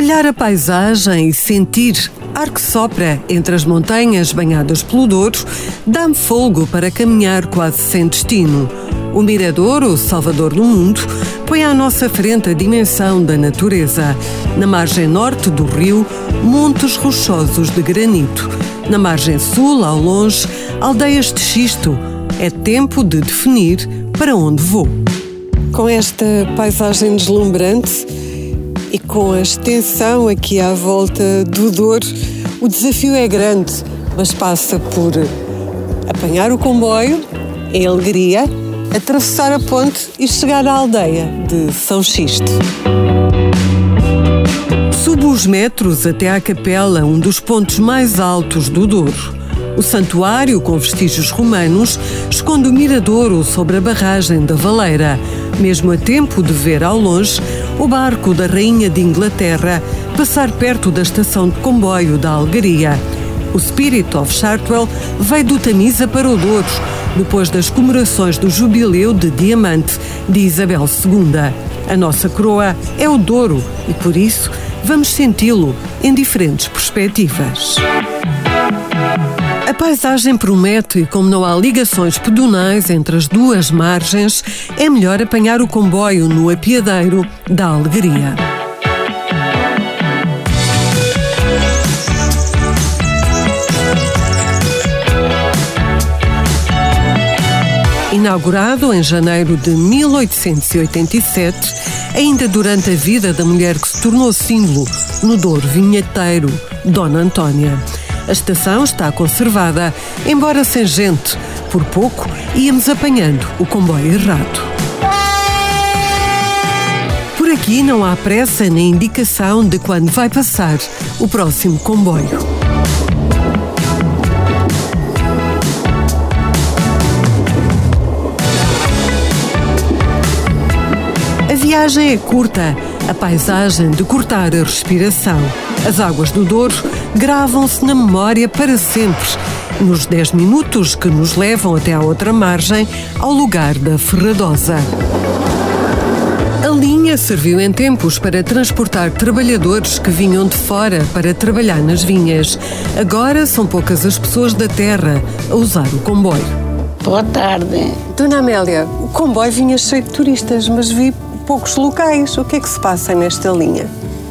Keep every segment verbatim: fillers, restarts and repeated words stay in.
Olhar a paisagem e sentir ar que sopra entre as montanhas banhadas pelo Douro dá-me folgo para caminhar quase sem destino. O Mirador, o Salvador do mundo, põe à nossa frente a dimensão da natureza. Na margem norte do rio, montes rochosos de granito. Na margem sul, ao longe, aldeias de xisto. É tempo de definir para onde vou. Com esta paisagem deslumbrante e com a extensão aqui à volta do Douro, o desafio é grande, mas passa por apanhar o comboio, em alegria, atravessar a ponte e chegar à aldeia de São Xisto. Subo os metros até à capela, um dos pontos mais altos do Douro. O santuário, com vestígios romanos, esconde o miradouro sobre a barragem da Valeira, mesmo a tempo de ver ao longe o barco da Rainha de Inglaterra passar perto da estação de comboio da Algaria. O Spirit of Chartwell veio do Tamisa para o Douro, depois das comemorações do Jubileu de Diamante de Isabel segunda. A nossa coroa é o Douro e, por isso, vamos senti-lo em diferentes perspectivas. A paisagem promete e, como não há ligações pedonais entre as duas margens, é melhor apanhar o comboio no apiadeiro da Algaria. Inaugurado em janeiro de mil oitocentos e oitenta e sete, ainda durante a vida da mulher que se tornou símbolo no Douro vinheteiro, Dona Antónia. A estação está conservada, embora sem gente. Por pouco íamos apanhando o comboio errado. Por aqui não há pressa nem indicação de quando vai passar o próximo comboio. A viagem é curta, a paisagem de cortar a respiração. As águas do Douro gravam-se na memória para sempre, nos dez minutos que nos levam até à outra margem, ao lugar da Ferradosa. A linha serviu em tempos para transportar trabalhadores que vinham de fora para trabalhar nas vinhas. Agora são poucas as pessoas da terra a usar o comboio. Boa tarde. Dona Amélia, o comboio vinha cheio de turistas, mas vi poucos locais. O que é que se passa nesta linha?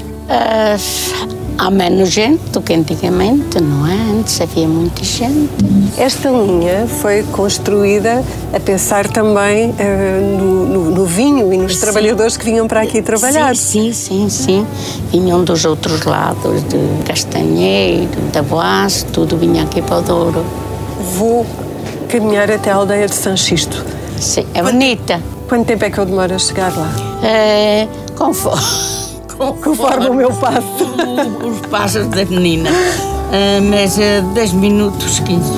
Uh, há menos gente do que antigamente, não é? Antes havia muita gente. Esta linha foi construída a pensar também uh, no, no, no vinho e nos sim. trabalhadores que vinham para aqui trabalhar. Sim, sim, sim, sim. Vinham dos outros lados, de Castanheiro, da Boaz, tudo vinha aqui para o Douro. Vou caminhar até a aldeia de São Xisto. Sim, é bonita. Quanto tempo é que eu demoro a chegar lá? É, conforme, conforme, conforme o meu passo. Os passos da menina. É, mas é dez minutos, quinze.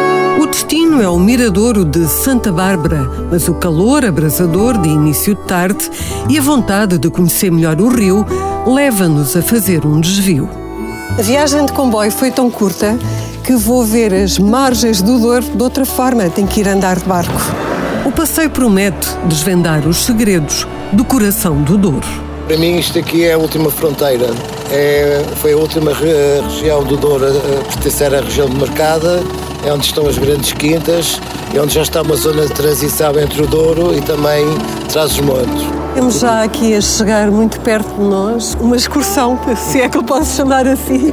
O destino é o Miradouro de Santa Bárbara, mas o calor abrasador de início de tarde e a vontade de conhecer melhor o rio leva-nos a fazer um desvio. A viagem de comboio foi tão curta que vou ver as margens do Douro de outra forma. Tenho que ir andar de barco. O passeio promete desvendar os segredos do coração do Douro. Para mim isto aqui é a última fronteira. É, foi a última re, região do Douro a pertencer à região de Mercada, é onde estão as grandes quintas, é onde já está uma zona de transição entre o Douro e também Trás-os-Montes. Temos já aqui a chegar muito perto de nós uma excursão, se é que eu posso chamar assim,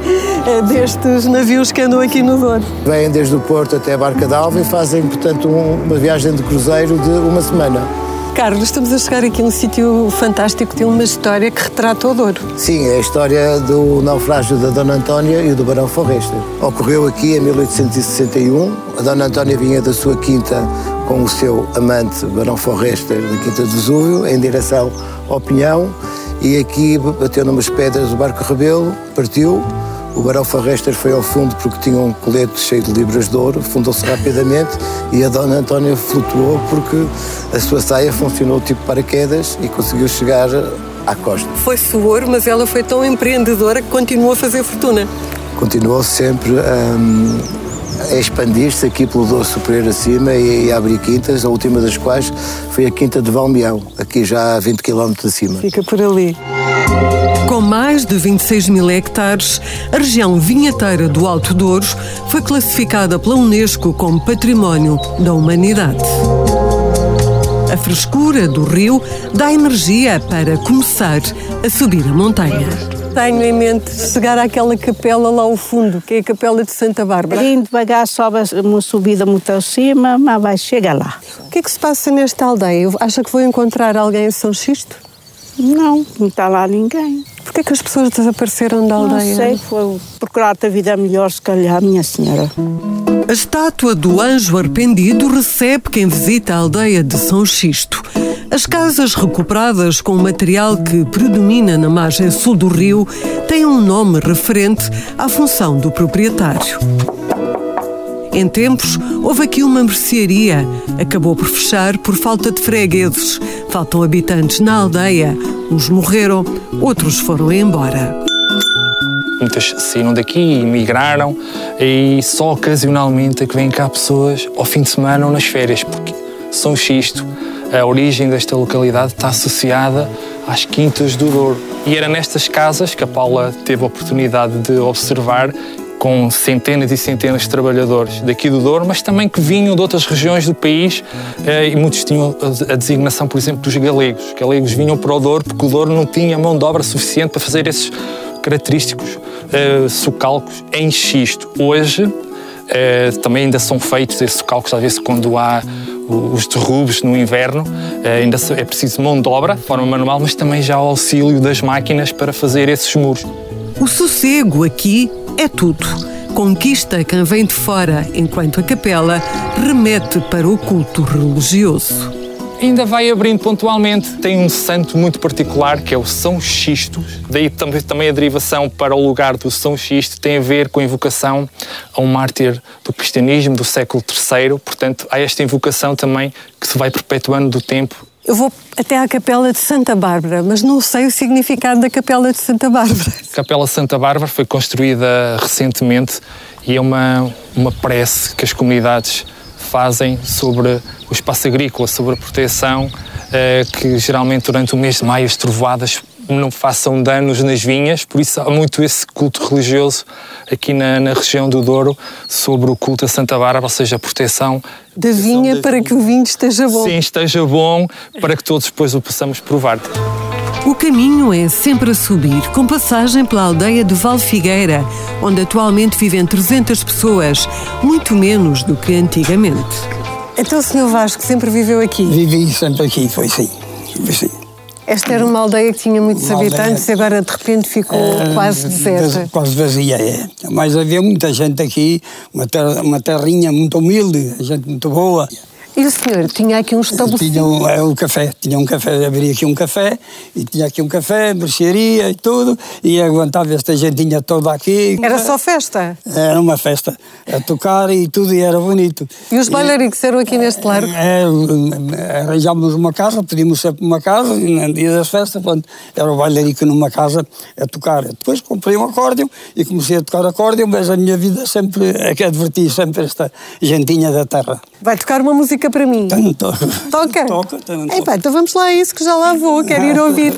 destes navios que andam aqui no Douro. Vêm desde o Porto até a Barca d'Alva e fazem, portanto, um, uma viagem de cruzeiro de uma semana. Carlos, estamos a chegar aqui a um sítio fantástico que tem uma história que retrata o Douro. Sim, é a história do naufrágio da Dona Antónia e do Barão Forrester. Ocorreu aqui em mil oitocentos e sessenta e um. A Dona Antónia vinha da sua quinta com o seu amante, Barão Forrester, da Quinta do Vesúvio, em direção ao Pinhão, e aqui bateu numas pedras o barco Rebelo, partiu. O Barão Forrester foi ao fundo porque tinha um colete cheio de libras de ouro, fundou-se rapidamente e a Dona Antónia flutuou porque a sua saia funcionou tipo paraquedas e conseguiu chegar à costa. Foi-se o ouro, mas ela foi tão empreendedora que continuou a fazer fortuna. Continuou sempre um, a expandir-se aqui pelo Douro Superior acima e, e a abrir quintas, a última das quais foi a Quinta de Valmeão, aqui já a vinte quilómetros acima. Fica por ali. Com mais de vinte e seis mil hectares, a região vinheteira do Alto Douro foi classificada pela Unesco como Património da Humanidade. A frescura do rio dá energia para começar a subir a montanha. Tenho em mente chegar àquela capela lá ao fundo, que é a Capela de Santa Bárbara. Indo devagar, sobe uma subida muito acima, mas vai chegar lá. O que é que se passa nesta aldeia? Acha que vou encontrar alguém em São Xisto? Não, não está lá ninguém. Porquê que as pessoas desapareceram da aldeia? Não sei, foi procurar-te a vida melhor, se calhar, minha senhora. A estátua do Anjo Arrependido recebe quem visita a aldeia de São Xisto. As casas recuperadas com o material que predomina na margem sul do rio têm um nome referente à função do proprietário. Em tempos, houve aqui uma mercearia. Acabou por fechar por falta de fregueses. Faltam habitantes na aldeia. Uns morreram, outros foram embora. Muitas saíram daqui e emigraram e só ocasionalmente é que vêm cá pessoas ao fim de semana ou nas férias, porque São Xisto, a origem desta localidade está associada às Quintas do Douro. E era nestas casas que a Paula teve a oportunidade de observar, com centenas e centenas de trabalhadores daqui do Douro, mas também que vinham de outras regiões do país e muitos tinham a designação, por exemplo, dos galegos. Os galegos vinham para o Douro porque o Douro não tinha mão de obra suficiente para fazer esses característicos uh, socalcos em xisto. Hoje uh, também ainda são feitos esses socalcos, às vezes quando há os derrubos no inverno, uh, ainda é preciso mão de obra, de forma manual, mas também já o auxílio das máquinas para fazer esses muros. O sossego aqui é tudo. Conquista quem vem de fora, enquanto a capela remete para o culto religioso. Ainda vai abrindo pontualmente. Tem um santo muito particular, que é o São Xisto. Daí também, também a derivação para o lugar do São Xisto tem a ver com a invocação a um mártir do cristianismo do século terceiro. Portanto, há esta invocação também que se vai perpetuando do tempo. Eu vou até à Capela de Santa Bárbara, mas não sei o significado da Capela de Santa Bárbara. A Capela Santa Bárbara foi construída recentemente e é uma, uma prece que as comunidades fazem sobre o espaço agrícola, sobre a proteção, eh, que geralmente durante o mês de maio as trovoadas não façam danos nas vinhas, por isso há muito esse culto religioso aqui na, na região do Douro sobre o culto a Santa Bárbara, ou seja, a proteção da vinha para que o vinho esteja bom. Sim, esteja bom, para que todos depois o possamos provar. O caminho é sempre a subir, com passagem pela aldeia de Valfigueira, onde atualmente vivem trezentas pessoas, muito menos do que antigamente. Então o senhor Vasco sempre viveu aqui? Vivi sempre aqui, foi sim. Foi sim. Esta era uma aldeia que tinha muitos uma habitantes aldeia, e agora de repente ficou é, quase deserta. Quase vazia, é. Mas havia muita gente aqui, uma, terra, uma terrinha muito humilde, gente muito boa. E o senhor tinha aqui um estabelecimento? Tinha um, é, um café, tinha um café, abria aqui um café, e tinha aqui um café, mercearia e tudo, e aguentava esta gentinha toda aqui. Era só festa? Era uma festa, a tocar e tudo, e era bonito. E os bailaricos eram aqui neste largo? É, arranjámos uma casa, pedimos sempre uma casa, e no dia das festas, pronto, era o bailarico numa casa a tocar. Depois comprei um acórdeão e comecei a tocar acórdeão, mas a minha vida sempre, é que adverti sempre esta gentinha da terra. Vai tocar uma música para mim? Tenho, toca. Toca? Toca, tenho, toca. Epa, então vamos lá a isso que já lá vou, quero ir ouvir.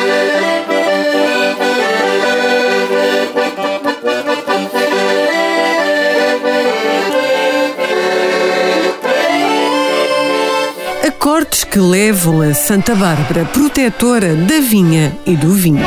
Acordes que levam a Santa Bárbara, protetora da vinha e do vinho.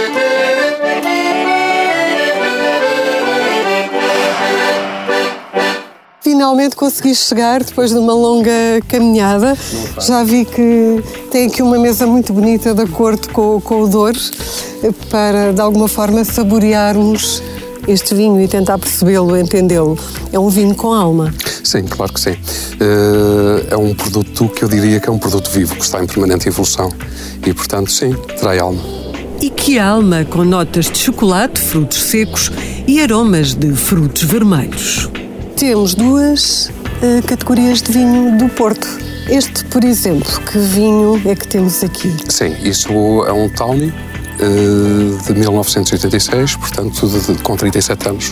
Finalmente consegui chegar depois de uma longa caminhada. Já vi que tem aqui uma mesa muito bonita de acordo com, com o Douro para, de alguma forma, saborearmos este vinho e tentar percebê-lo, entendê-lo. É um vinho com alma. Sim, claro que sim. É um produto que eu diria que é um produto vivo, que está em permanente evolução. E, portanto, sim, terá alma. E que alma com notas de chocolate, frutos secos e aromas de frutos vermelhos. Temos duas uh, categorias de vinho do Porto. Este, por exemplo, que vinho é que temos aqui? Sim, isso é um Tawny uh, de mil novecentos e oitenta e seis, portanto, de, de, com trinta e sete anos.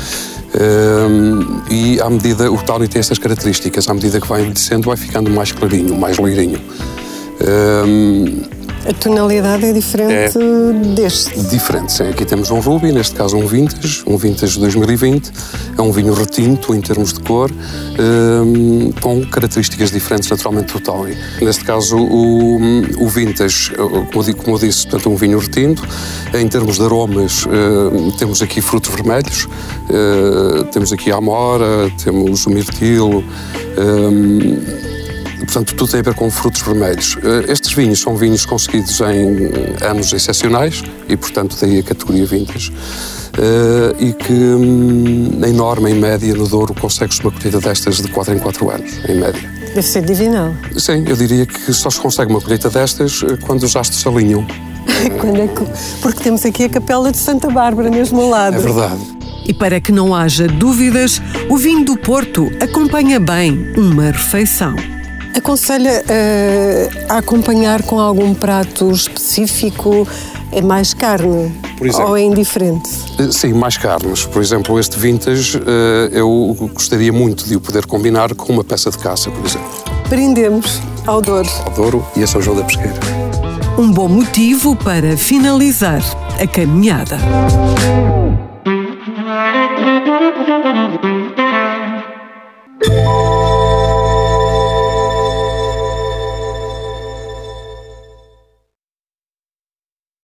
Uh, e à medida, o Tawny tem estas características, à medida que vai envelhecendo, vai ficando mais clarinho, mais loirinho. Uh, A tonalidade é diferente é deste? Diferente, sim. Aqui temos um Ruby, neste caso um Vintage, um Vintage de dois mil e vinte. É um vinho retinto em termos de cor, um, com características diferentes naturalmente do Tawny. Neste caso o, o Vintage, como eu, como eu disse, portanto, é um vinho retinto. Em termos de aromas, uh, temos aqui frutos vermelhos, uh, temos aqui a amora, temos o mirtilo, um, portanto, tudo tem a ver com frutos vermelhos. Estes vinhos são vinhos conseguidos em anos excepcionais e, portanto, daí a categoria vintage. E que, em norma, em média, no Douro, consegue-se uma colheita destas de quatro em quatro anos, em média. Deve ser divinal. Sim, eu diria que só se consegue uma colheita destas quando os astros se alinham. Quando é que... Porque temos aqui a Capela de Santa Bárbara, mesmo ao lado. É verdade. E para que não haja dúvidas, o vinho do Porto acompanha bem uma refeição. Aconselha uh, a acompanhar com algum prato específico? É mais carne? Por exemplo, ou é indiferente? Sim, mais carnes. Por exemplo, este Vintage, uh, eu gostaria muito de o poder combinar com uma peça de caça, por exemplo. Brindemos ao Douro. Ao Douro e a São João da Pesqueira. Um bom motivo para finalizar a caminhada.